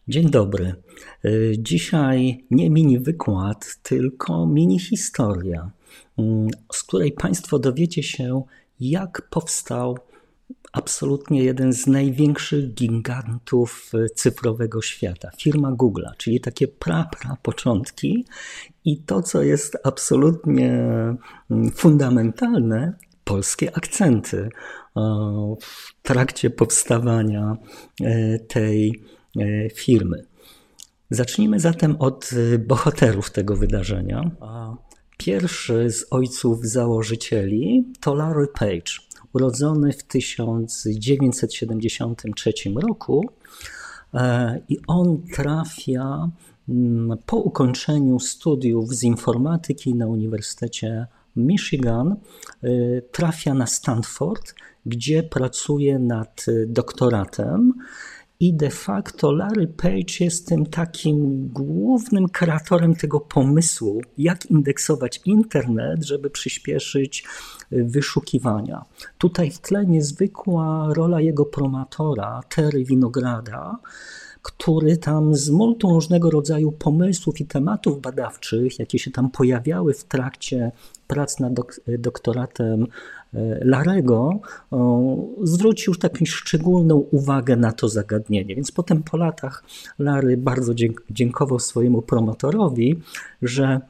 Dzień dobry. Dzisiaj nie mini wykład, tylko mini historia, z której Państwo dowiecie się, jak powstał absolutnie jeden z największych gigantów cyfrowego świata, firma Google'a, czyli takie początki i to, co jest absolutnie fundamentalne, polskie akcenty w trakcie powstawania tej firmy. Zacznijmy zatem od bohaterów tego wydarzenia. Pierwszy z ojców założycieli to Larry Page, urodzony w 1973 roku i on trafia po ukończeniu studiów z informatyki na Uniwersytecie Michigan, trafia na Stanford, gdzie pracuje nad doktoratem. I de facto Larry Page jest tym takim głównym kreatorem tego pomysłu, jak indeksować internet, żeby przyspieszyć wyszukiwania. Tutaj w tle niezwykła rola jego promotora, Terry Winograda, który tam z multum różnego rodzaju pomysłów i tematów badawczych, jakie się tam pojawiały w trakcie prac nad doktoratem Larego, zwrócił taką szczególną uwagę na to zagadnienie. Więc potem po latach Larry bardzo dziękował swojemu promotorowi, że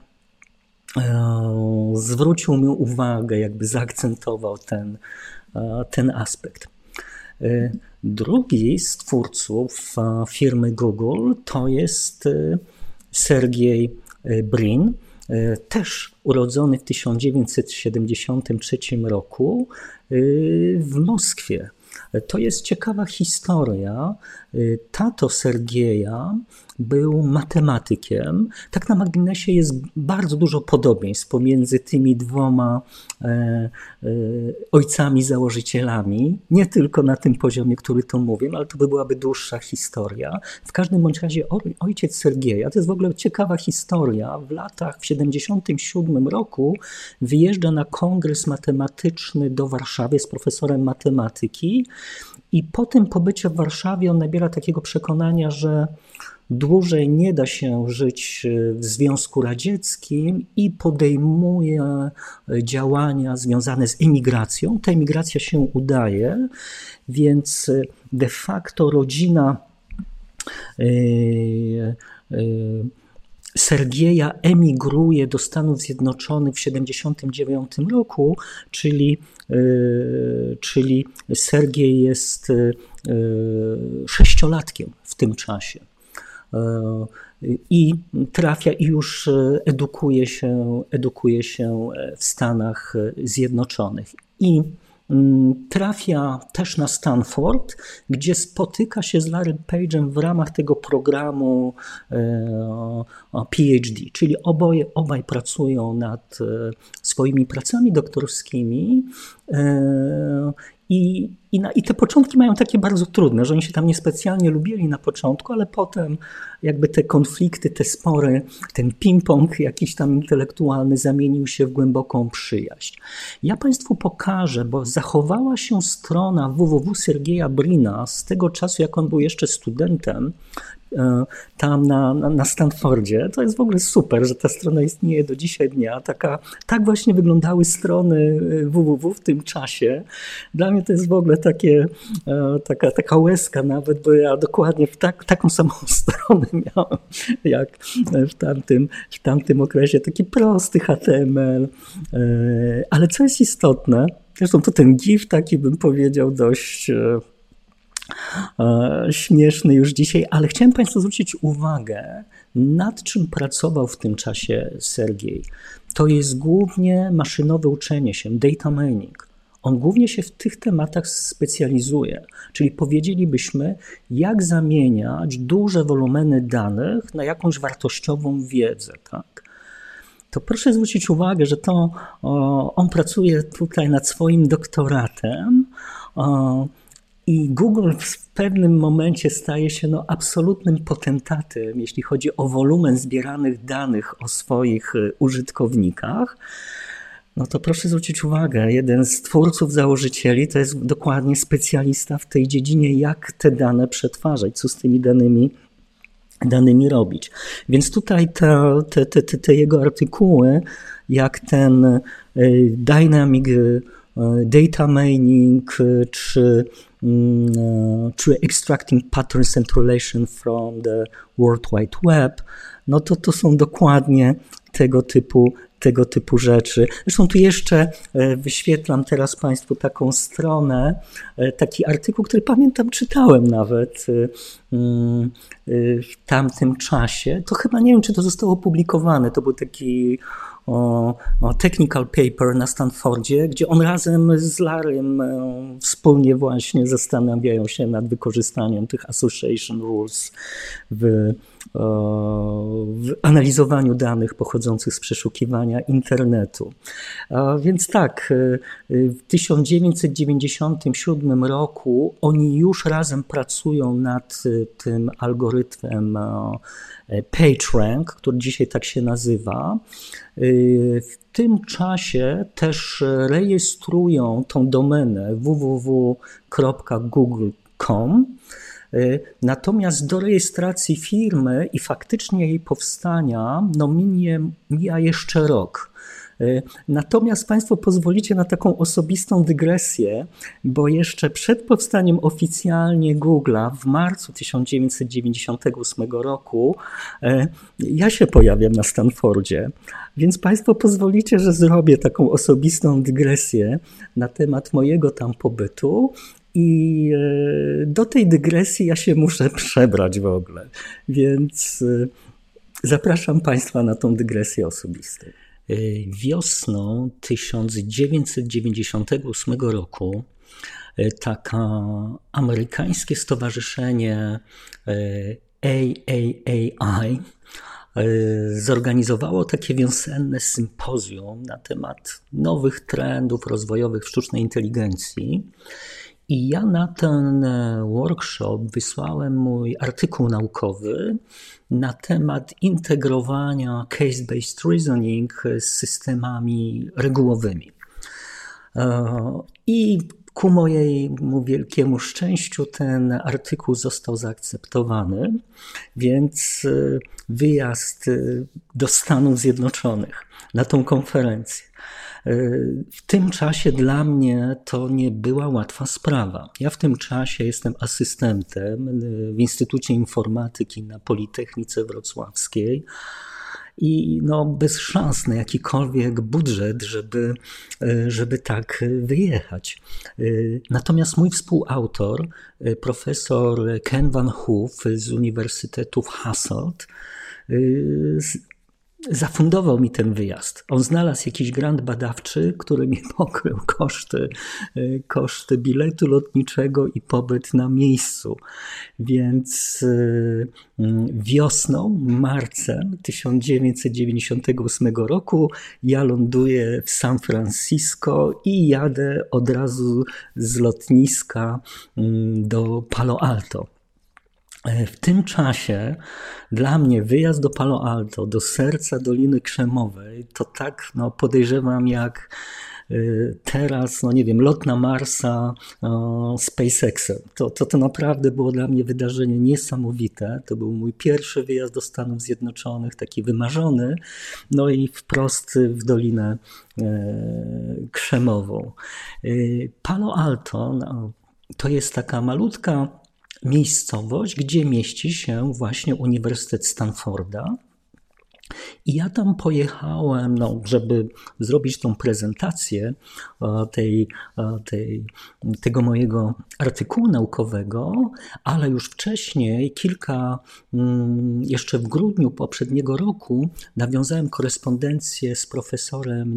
zwrócił mu uwagę, jakby zaakcentował ten aspekt. Drugi z twórców firmy Google to jest Sergiej Brin, też urodzony w 1973 roku w Moskwie. To jest ciekawa historia. Tato Sergieja był matematykiem. Tak na marginesie jest bardzo dużo podobieństw pomiędzy tymi dwoma ojcami założycielami. Nie tylko na tym poziomie, który to mówię, ale to byłaby dłuższa historia. W każdym bądź razie ojciec Sergieja, to jest w ogóle ciekawa historia. W 1977 roku wyjeżdża na kongres matematyczny do Warszawy, jest profesorem matematyki i po tym pobycie w Warszawie on nabiera takiego przekonania, że dłużej nie da się żyć w Związku Radzieckim i podejmuje działania związane z emigracją. Ta emigracja się udaje, więc de facto rodzina Sergieja emigruje do Stanów Zjednoczonych w 1979 roku, czyli Sergiej jest sześciolatkiem w tym czasie. I trafia i już edukuje się w Stanach Zjednoczonych. I trafia też na Stanford, gdzie spotyka się z Larry Page'em w ramach tego programu PhD, czyli obaj pracują nad swoimi pracami doktorskimi i te początki mają takie bardzo trudne, że oni się tam niespecjalnie lubili na początku, ale potem jakby te konflikty, te spory, ten ping-pong jakiś tam intelektualny zamienił się w głęboką przyjaźń. Ja Państwu pokażę, bo zachowała się strona www. Sergieja Brina z tego czasu, jak on był jeszcze studentem, tam na Stanfordzie. To jest w ogóle super, że ta strona istnieje do dzisiaj dnia. Tak właśnie wyglądały strony www w tym czasie. Dla mnie to jest w ogóle taka łezka nawet, bo ja dokładnie taką samą stronę miałem jak w tamtym okresie. Taki prosty HTML. Ale co jest istotne, zresztą to ten GIF taki bym powiedział dość śmieszny już dzisiaj, ale chciałem Państwu zwrócić uwagę, nad czym pracował w tym czasie Sergiej. To jest głównie maszynowe uczenie się, data mining. On głównie się w tych tematach specjalizuje, czyli powiedzielibyśmy, jak zamieniać duże wolumeny danych na jakąś wartościową wiedzę. Tak? To proszę zwrócić uwagę, że on pracuje tutaj nad swoim doktoratem, i Google w pewnym momencie staje się absolutnym potentatem, jeśli chodzi o wolumen zbieranych danych o swoich użytkownikach. No to proszę zwrócić uwagę, jeden z twórców, założycieli to jest dokładnie specjalista w tej dziedzinie, jak te dane przetwarzać, co z tymi danymi danymi robić. Więc tutaj te jego artykuły, jak ten Dynamic Data Mining, czy Extracting Patterns and Relation from the World Wide Web, no to są dokładnie tego typu rzeczy. Zresztą tu jeszcze wyświetlam teraz Państwu taką stronę, taki artykuł, który pamiętam, czytałem nawet w tamtym czasie. To chyba nie wiem, czy to zostało opublikowane. To był taki technical paper na Stanfordzie, gdzie on razem z Larrym wspólnie właśnie zastanawiają się nad wykorzystaniem tych association rules w analizowaniu danych pochodzących z przeszukiwania internetu. Więc tak, w 1997 roku oni już razem pracują nad tym algorytmem PageRank, który dzisiaj tak się nazywa. W tym czasie też rejestrują tą domenę www.google.com. Natomiast do rejestracji firmy i faktycznie jej powstania mija jeszcze rok. Natomiast Państwo pozwolicie na taką osobistą dygresję, bo jeszcze przed powstaniem oficjalnie Google'a w marcu 1998 roku ja się pojawiam na Stanfordzie, więc Państwo pozwolicie, że zrobię taką osobistą dygresję na temat mojego tam pobytu. I do tej dygresji ja się muszę przebrać w ogóle, więc zapraszam Państwa na tą dygresję osobistą. Wiosną 1998 roku taka amerykańskie stowarzyszenie AAAI zorganizowało takie wiosenne sympozjum na temat nowych trendów rozwojowych w sztucznej inteligencji. I ja na ten workshop wysłałem mój artykuł naukowy na temat integrowania case-based reasoning z systemami regułowymi. I ku mojemu wielkiemu szczęściu ten artykuł został zaakceptowany, więc wyjazd do Stanów Zjednoczonych na tą konferencję. W tym czasie dla mnie to nie była łatwa sprawa. Ja w tym czasie jestem asystentem w Instytucie Informatyki na Politechnice Wrocławskiej i bez szans na jakikolwiek budżet, żeby tak wyjechać. Natomiast mój współautor, profesor Ken Van Hoof z Uniwersytetu w Hasselt, zafundował mi ten wyjazd. On znalazł jakiś grant badawczy, który mi pokrył koszty biletu lotniczego i pobyt na miejscu. Więc wiosną, marcem 1998 roku ja ląduję w San Francisco i jadę od razu z lotniska do Palo Alto. W tym czasie dla mnie wyjazd do Palo Alto, do serca Doliny Krzemowej, to tak podejrzewam jak teraz, nie wiem, lot na Marsa SpaceXem. To naprawdę było dla mnie wydarzenie niesamowite. To był mój pierwszy wyjazd do Stanów Zjednoczonych, taki wymarzony, i wprost w Dolinę Krzemową. Palo Alto to jest taka malutka miejscowość, gdzie mieści się właśnie Uniwersytet Stanforda. I ja tam pojechałem, żeby zrobić tą prezentację tego mojego artykułu naukowego, ale już wcześniej, jeszcze w grudniu poprzedniego roku, nawiązałem korespondencję z profesorem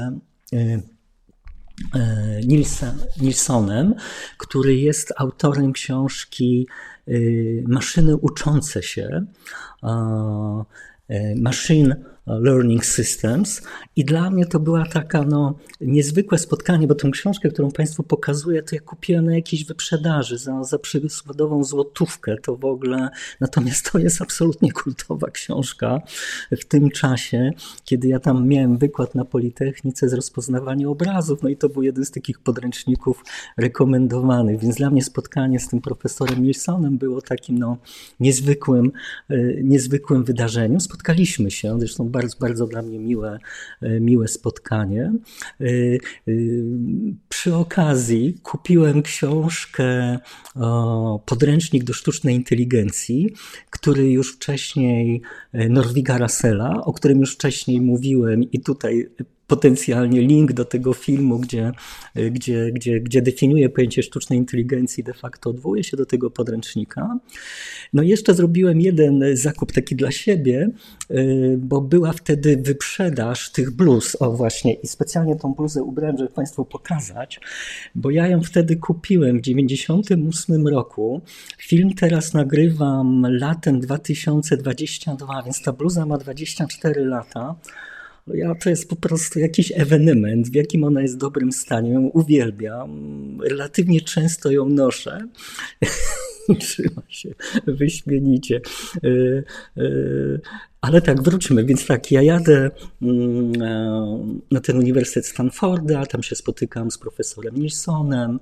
Nilsonem, który jest autorem książki Maszyny uczące się, Machine Learning Systems i dla mnie to była taka niezwykłe spotkanie, bo tę książkę, którą Państwu pokazuję, to ja kupiłem na jakiejś wyprzedaży za przykładową złotówkę, to w ogóle, natomiast to jest absolutnie kultowa książka w tym czasie, kiedy ja tam miałem wykład na Politechnice z rozpoznawania obrazów, no i to był jeden z takich podręczników rekomendowanych, więc dla mnie spotkanie z tym profesorem Nilssonem było takim niezwykłym wydarzeniem. Spotkaliśmy się, zresztą bardzo, bardzo dla mnie miłe spotkanie. Przy okazji kupiłem książkę, podręcznik do sztucznej inteligencji, który już wcześniej, Norviga Russella, o którym już wcześniej mówiłem i tutaj potencjalnie link do tego filmu, gdzie definiuje pojęcie sztucznej inteligencji, de facto odwołuje się do tego podręcznika. No i jeszcze zrobiłem jeden zakup taki dla siebie, bo była wtedy wyprzedaż tych bluz, o właśnie, i specjalnie tą bluzę ubrałem, żeby Państwu pokazać, bo ja ją wtedy kupiłem w 1998 roku. Film teraz nagrywam latem 2022, więc ta bluza ma 24 lata. To jest po prostu jakiś ewenement, w jakim ona jest w dobrym stanie. Ją uwielbiam, relatywnie często ją noszę. Trzyma się wyśmienicie. Ale tak, wróćmy. Więc tak, ja jadę na ten Uniwersytet Stanforda, tam się spotykam z profesorem Nilssonem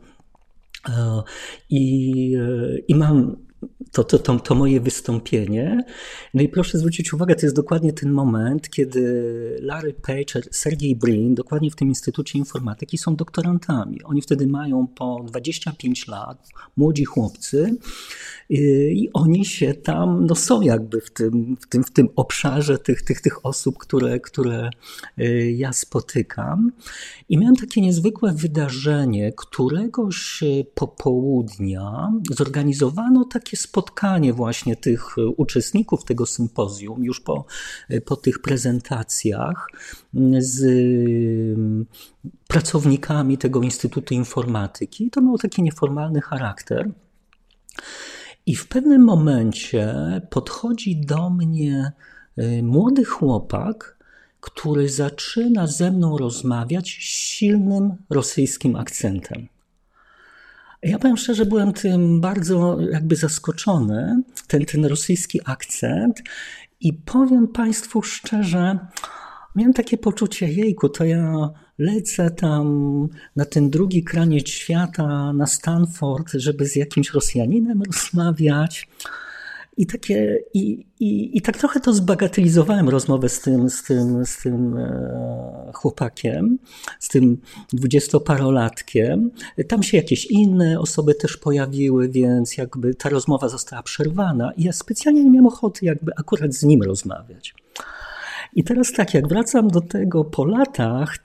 i mam to moje wystąpienie. No i proszę zwrócić uwagę, to jest dokładnie ten moment, kiedy Larry Page, Sergey Brin, dokładnie w tym Instytucie Informatyki są doktorantami. Oni wtedy mają po 25 lat, młodzi chłopcy i oni się tam, są jakby w tym obszarze tych osób, które ja spotykam. I miałem takie niezwykłe wydarzenie, któregoś popołudnia zorganizowano takie spotkanie właśnie tych uczestników tego sympozjum, już po tych prezentacjach z pracownikami tego Instytutu Informatyki. To miało taki nieformalny charakter. I w pewnym momencie podchodzi do mnie młody chłopak, który zaczyna ze mną rozmawiać z silnym rosyjskim akcentem. Ja powiem szczerze, byłem tym bardzo jakby zaskoczony, ten rosyjski akcent, i powiem Państwu szczerze, miałem takie poczucie, jejku, to ja lecę tam na ten drugi kraniec świata, na Stanford, żeby z jakimś Rosjaninem rozmawiać. I tak trochę to zbagatelizowałem, rozmowę z tym chłopakiem, z tym 20-parolatkiem. Tam się jakieś inne osoby też pojawiły, więc jakby ta rozmowa została przerwana i ja specjalnie nie miałem ochoty jakby akurat z nim rozmawiać. I teraz tak, jak wracam do tego po latach,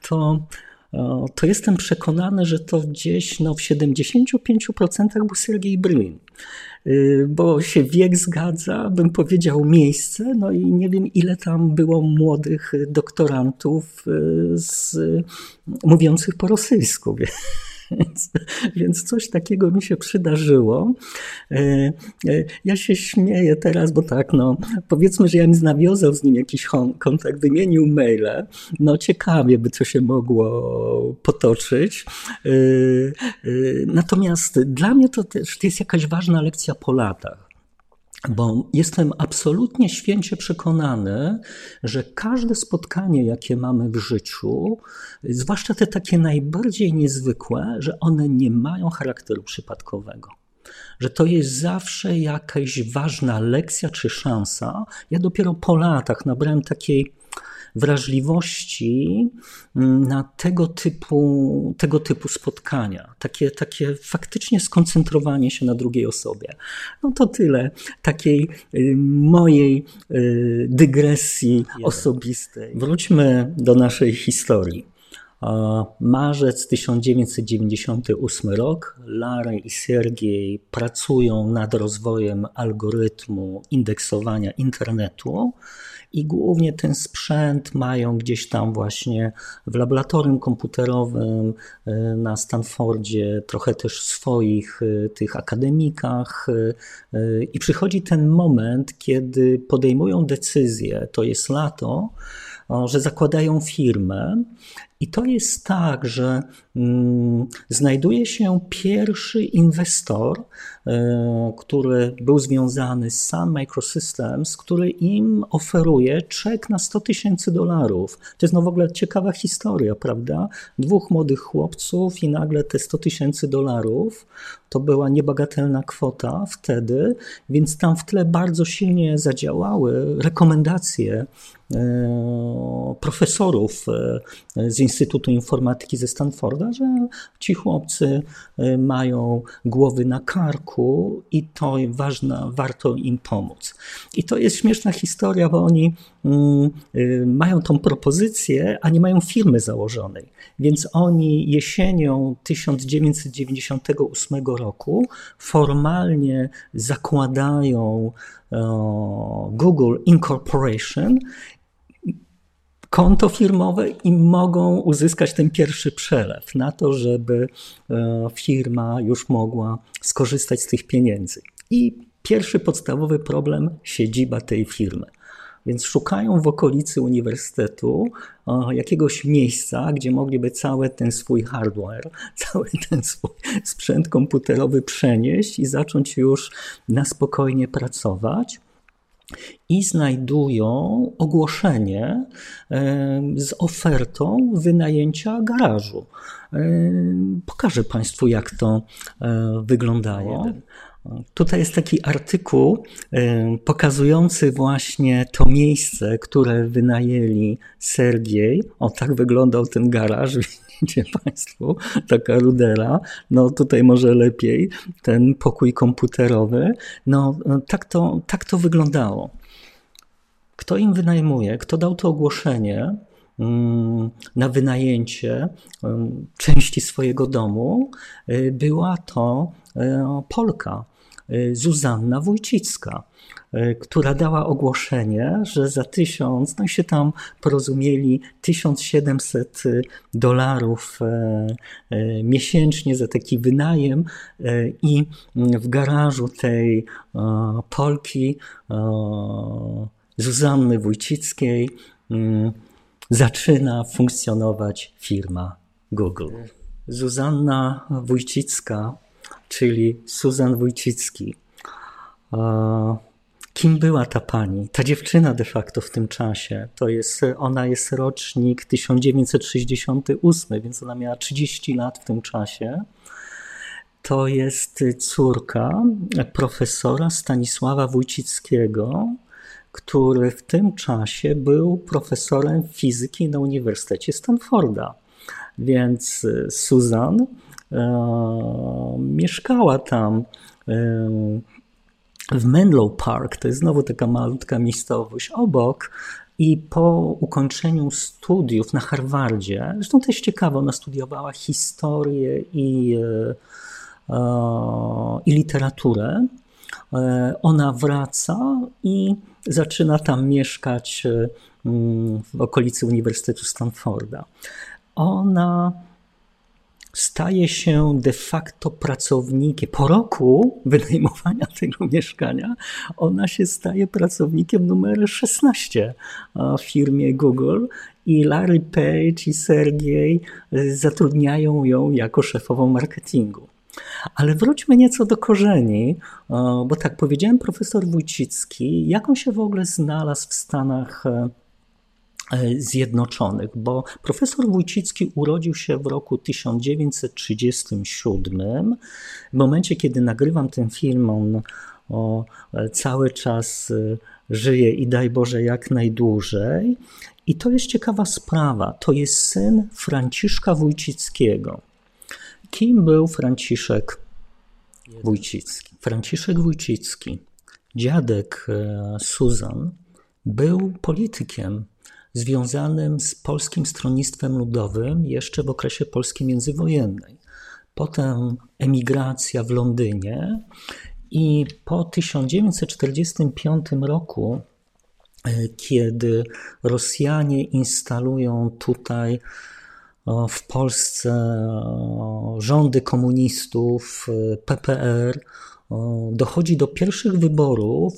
to jestem przekonany, że to gdzieś w 75% był Sergey Brin. Bo się wiek zgadza, bym powiedział miejsce, no i nie wiem, ile tam było młodych doktorantów mówiących po rosyjsku. Więc coś takiego mi się przydarzyło. Ja się śmieję teraz, bo tak, powiedzmy, że ja bym nawiązał z nim jakiś kontakt, wymienił maile, ciekawie by co się mogło potoczyć. Natomiast dla mnie to też jest jakaś ważna lekcja po latach. Bo jestem absolutnie święcie przekonany, że każde spotkanie, jakie mamy w życiu, zwłaszcza te takie najbardziej niezwykłe, że one nie mają charakteru przypadkowego. Że to jest zawsze jakaś ważna lekcja czy szansa. Ja dopiero po latach nabrałem takiej wrażliwości na tego typu spotkania, takie faktycznie skoncentrowanie się na drugiej osobie. To tyle takiej mojej dygresji osobistej. Wróćmy do naszej historii. Marzec 1998 rok. Larry i Sergiej pracują nad rozwojem algorytmu indeksowania internetu i głównie ten sprzęt mają gdzieś tam właśnie w laboratorium komputerowym na Stanfordzie, trochę też w swoich tych akademikach i przychodzi ten moment, kiedy podejmują decyzję, to jest lato, że zakładają firmę. I to jest tak, że znajduje się pierwszy inwestor, który był związany z Sun Microsystems, który im oferuje czek na $100,000. To jest w ogóle ciekawa historia, prawda? Dwóch młodych chłopców i nagle te $100,000 to była niebagatelna kwota wtedy, więc tam w tle bardzo silnie zadziałały rekomendacje profesorów z Instytutu Informatyki ze Stanforda, że ci chłopcy mają głowy na karku i to ważne, warto im pomóc. I to jest śmieszna historia, bo oni mają tą propozycję, a nie mają firmy założonej. Więc oni jesienią 1998 roku formalnie zakładają Google Incorporation, konto firmowe i mogą uzyskać ten pierwszy przelew na to, żeby firma już mogła skorzystać z tych pieniędzy. I pierwszy podstawowy problem, siedziba tej firmy. Więc szukają w okolicy uniwersytetu jakiegoś miejsca, gdzie mogliby cały ten swój hardware, cały ten swój sprzęt komputerowy przenieść i zacząć już na spokojnie pracować. I znajdują ogłoszenie z ofertą wynajęcia garażu. Pokażę Państwu, jak to wyglądało. Tutaj jest taki artykuł pokazujący właśnie to miejsce, które wynajęli Sergiej. O, tak wyglądał ten garaż. Widzicie Państwo, taka rudera. No tutaj może lepiej, ten pokój komputerowy. No tak to wyglądało. Kto im wynajmuje? Kto dał to ogłoszenie na wynajęcie części swojego domu? Była to Polka, Zuzanna Wójcicka, która dała ogłoszenie, że za 1000, no i się tam porozumieli, $1,700 miesięcznie za taki wynajem i w garażu tej Polki, Zuzanny Wójcickiej, zaczyna funkcjonować firma Google. Zuzanna Wójcicka, czyli Susan Wójcicki. Kim była ta pani? Ta dziewczyna de facto w tym czasie, ona jest rocznik 1968, więc ona miała 30 lat w tym czasie. To jest córka profesora Stanisława Wójcickiego, który w tym czasie był profesorem fizyki na Uniwersytecie Stanforda. Więc Susan mieszkała tam w Menlo Park, to jest znowu taka malutka miejscowość obok, i po ukończeniu studiów na Harvardzie, zresztą to jest ciekawe, ona studiowała historię i literaturę, ona wraca i zaczyna tam mieszkać w okolicy Uniwersytetu Stanforda. Ona staje się de facto pracownikiem. Po roku wynajmowania tego mieszkania, ona się staje pracownikiem numer 16 w firmie Google i Larry Page i Sergiej zatrudniają ją jako szefową marketingu. Ale wróćmy nieco do korzeni, bo tak powiedziałem, profesor Wójcicki, jak on się w ogóle znalazł w Stanach Zjednoczonych, bo profesor Wójcicki urodził się w roku 1937. W momencie, kiedy nagrywam ten film, on cały czas żyje i daj Boże jak najdłużej. I to jest ciekawa sprawa. To jest syn Franciszka Wójcickiego. Kim był Franciszek Wójcicki? Franciszek Wójcicki, dziadek Susan, był politykiem związanym z Polskim Stronnictwem Ludowym jeszcze w okresie Polski międzywojennej. Potem emigracja w Londynie i po 1945 roku, kiedy Rosjanie instalują tutaj w Polsce rządy komunistów, PPR, dochodzi do pierwszych wyborów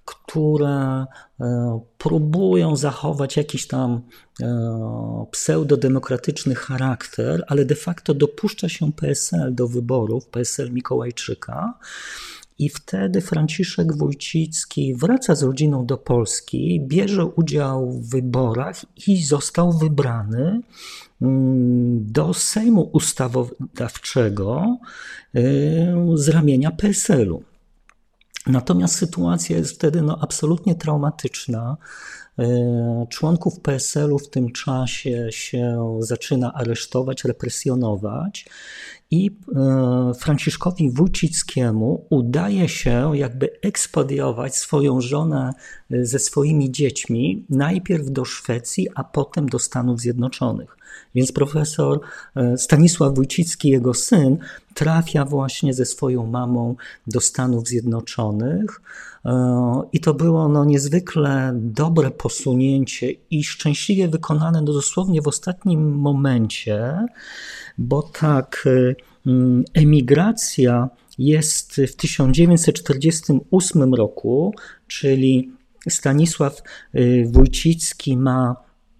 które próbują zachować jakiś tam pseudodemokratyczny charakter, ale de facto dopuszcza się PSL do wyborów, PSL Mikołajczyka. I wtedy Franciszek Wójcicki wraca z rodziną do Polski, bierze udział w wyborach i został wybrany do Sejmu Ustawodawczego z ramienia PSL-u. Natomiast sytuacja jest wtedy absolutnie traumatyczna. Członków PSL-u w tym czasie się zaczyna aresztować, represjonować i Franciszkowi Wójcickiemu udaje się jakby ekspediować swoją żonę ze swoimi dziećmi najpierw do Szwecji, a potem do Stanów Zjednoczonych. Więc profesor Stanisław Wójcicki, jego syn, trafia właśnie ze swoją mamą do Stanów Zjednoczonych i to było niezwykle dobre posunięcie i szczęśliwie wykonane dosłownie w ostatnim momencie, bo tak emigracja jest w 1948 roku, czyli Stanisław Wójcicki ma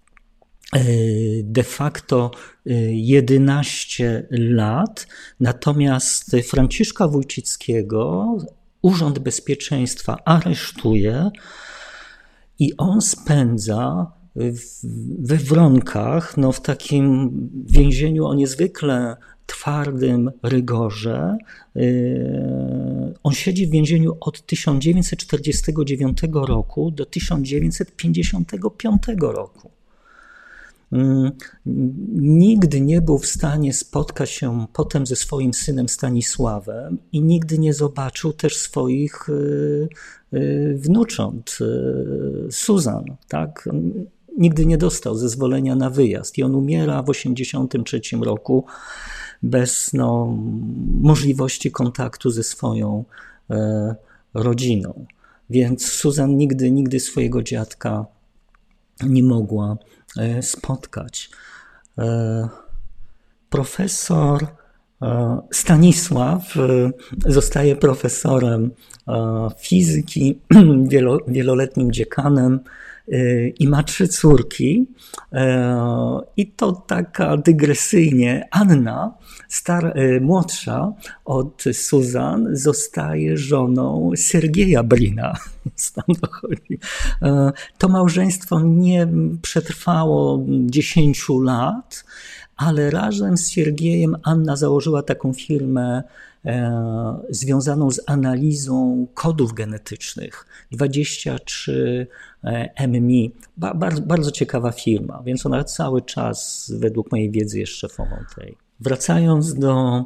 de facto 11 lat, natomiast Franciszka Wójcickiego Urząd Bezpieczeństwa aresztuje i on spędza we Wronkach, w takim więzieniu o niezwykle twardym rygorze. On siedzi w więzieniu od 1949 roku do 1955 roku. Nigdy nie był w stanie spotkać się potem ze swoim synem Stanisławem i nigdy nie zobaczył też swoich wnucząt, Susan, tak? Nigdy nie dostał zezwolenia na wyjazd i on umiera w 1983 roku bez możliwości kontaktu ze swoją rodziną. Więc Susan nigdy swojego dziadka nie mogła spotkać. Profesor Stanisław zostaje profesorem fizyki, wieloletnim dziekanem i ma 3 córki. I to taka dygresyjnie Anna, młodsza od Susan, zostaje żoną Sergieja Brina. Tam dochodzi. To małżeństwo nie przetrwało 10 lat, ale razem z Siergiejem Anna założyła taką firmę związaną z analizą kodów genetycznych. 23andMe. Bardzo ciekawa firma, więc ona cały czas, według mojej wiedzy, jest szefową tej. Wracając do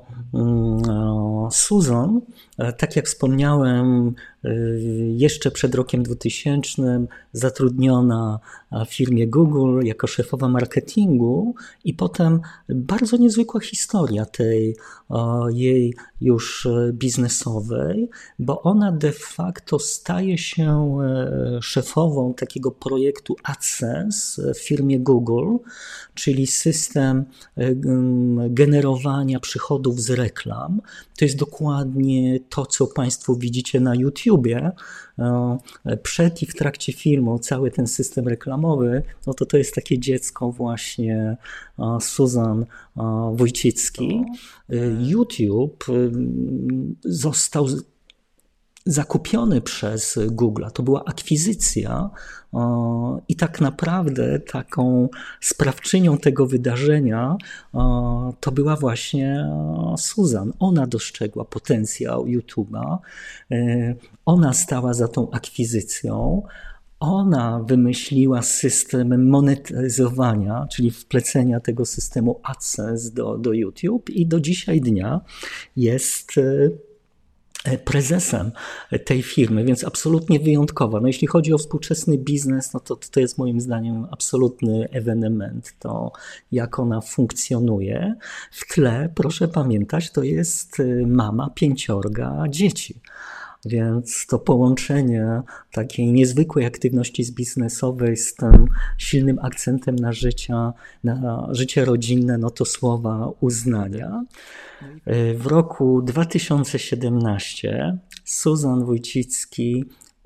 Susan, tak jak wspomniałem, jeszcze przed rokiem 2000 zatrudniona w firmie Google jako szefowa marketingu i potem bardzo niezwykła historia tej jej już biznesowej, bo ona de facto staje się szefową takiego projektu AdSense w firmie Google, czyli system generowania przychodów z reklam. To jest dokładnie to, co Państwo widzicie na YouTubie. Przed i w trakcie filmu cały ten system reklamowy, to jest takie dziecko właśnie Susan Wójcicki. YouTube został zakupiony przez Google. To była akwizycja i tak naprawdę taką sprawczynią tego wydarzenia to była właśnie Susan. Ona dostrzegła potencjał YouTube'a, ona stała za tą akwizycją, ona wymyśliła system monetyzowania, czyli wplecenia tego systemu AdSense do YouTube i do dzisiaj dnia jest prezesem tej firmy, więc absolutnie wyjątkowa. Jeśli chodzi o współczesny biznes, to jest moim zdaniem absolutny ewenement, to jak ona funkcjonuje. W tle, proszę pamiętać, to jest mama 5 dzieci. Więc to połączenie takiej niezwykłej aktywności biznesowej z tym silnym akcentem na życie rodzinne, to słowa uznania. W roku 2017 Susan Wójcicki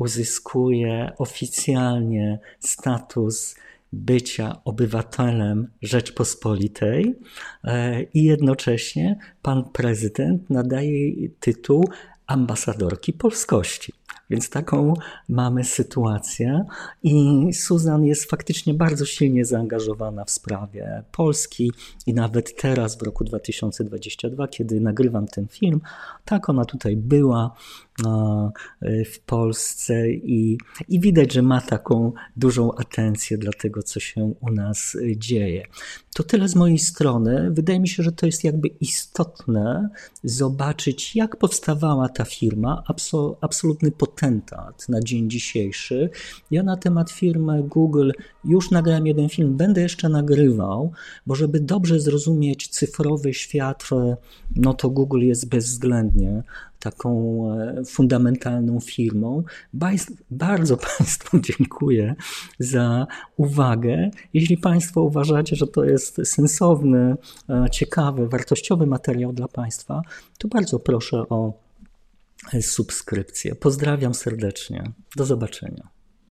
uzyskuje oficjalnie status bycia obywatelem Rzeczpospolitej i jednocześnie pan prezydent nadaje jej tytuł ambasadorki polskości. Więc taką mamy sytuację i Susan jest faktycznie bardzo silnie zaangażowana w sprawie Polski i nawet teraz w roku 2022, kiedy nagrywam ten film, tak ona tutaj była w Polsce i widać, że ma taką dużą atencję dla tego, co się u nas dzieje. To tyle z mojej strony. Wydaje mi się, że to jest jakby istotne zobaczyć, jak powstawała ta firma, absolutny potentat na dzień dzisiejszy. Ja na temat firmy Google już nagrałem jeden film, będę jeszcze nagrywał, bo żeby dobrze zrozumieć cyfrowy świat, no to Google jest bezwzględnie taką fundamentalną firmą. Bardzo Państwu dziękuję za uwagę. Jeśli Państwo uważacie, że to jest sensowny, ciekawy, wartościowy materiał dla Państwa, to bardzo proszę o subskrypcję. Pozdrawiam serdecznie. Do zobaczenia.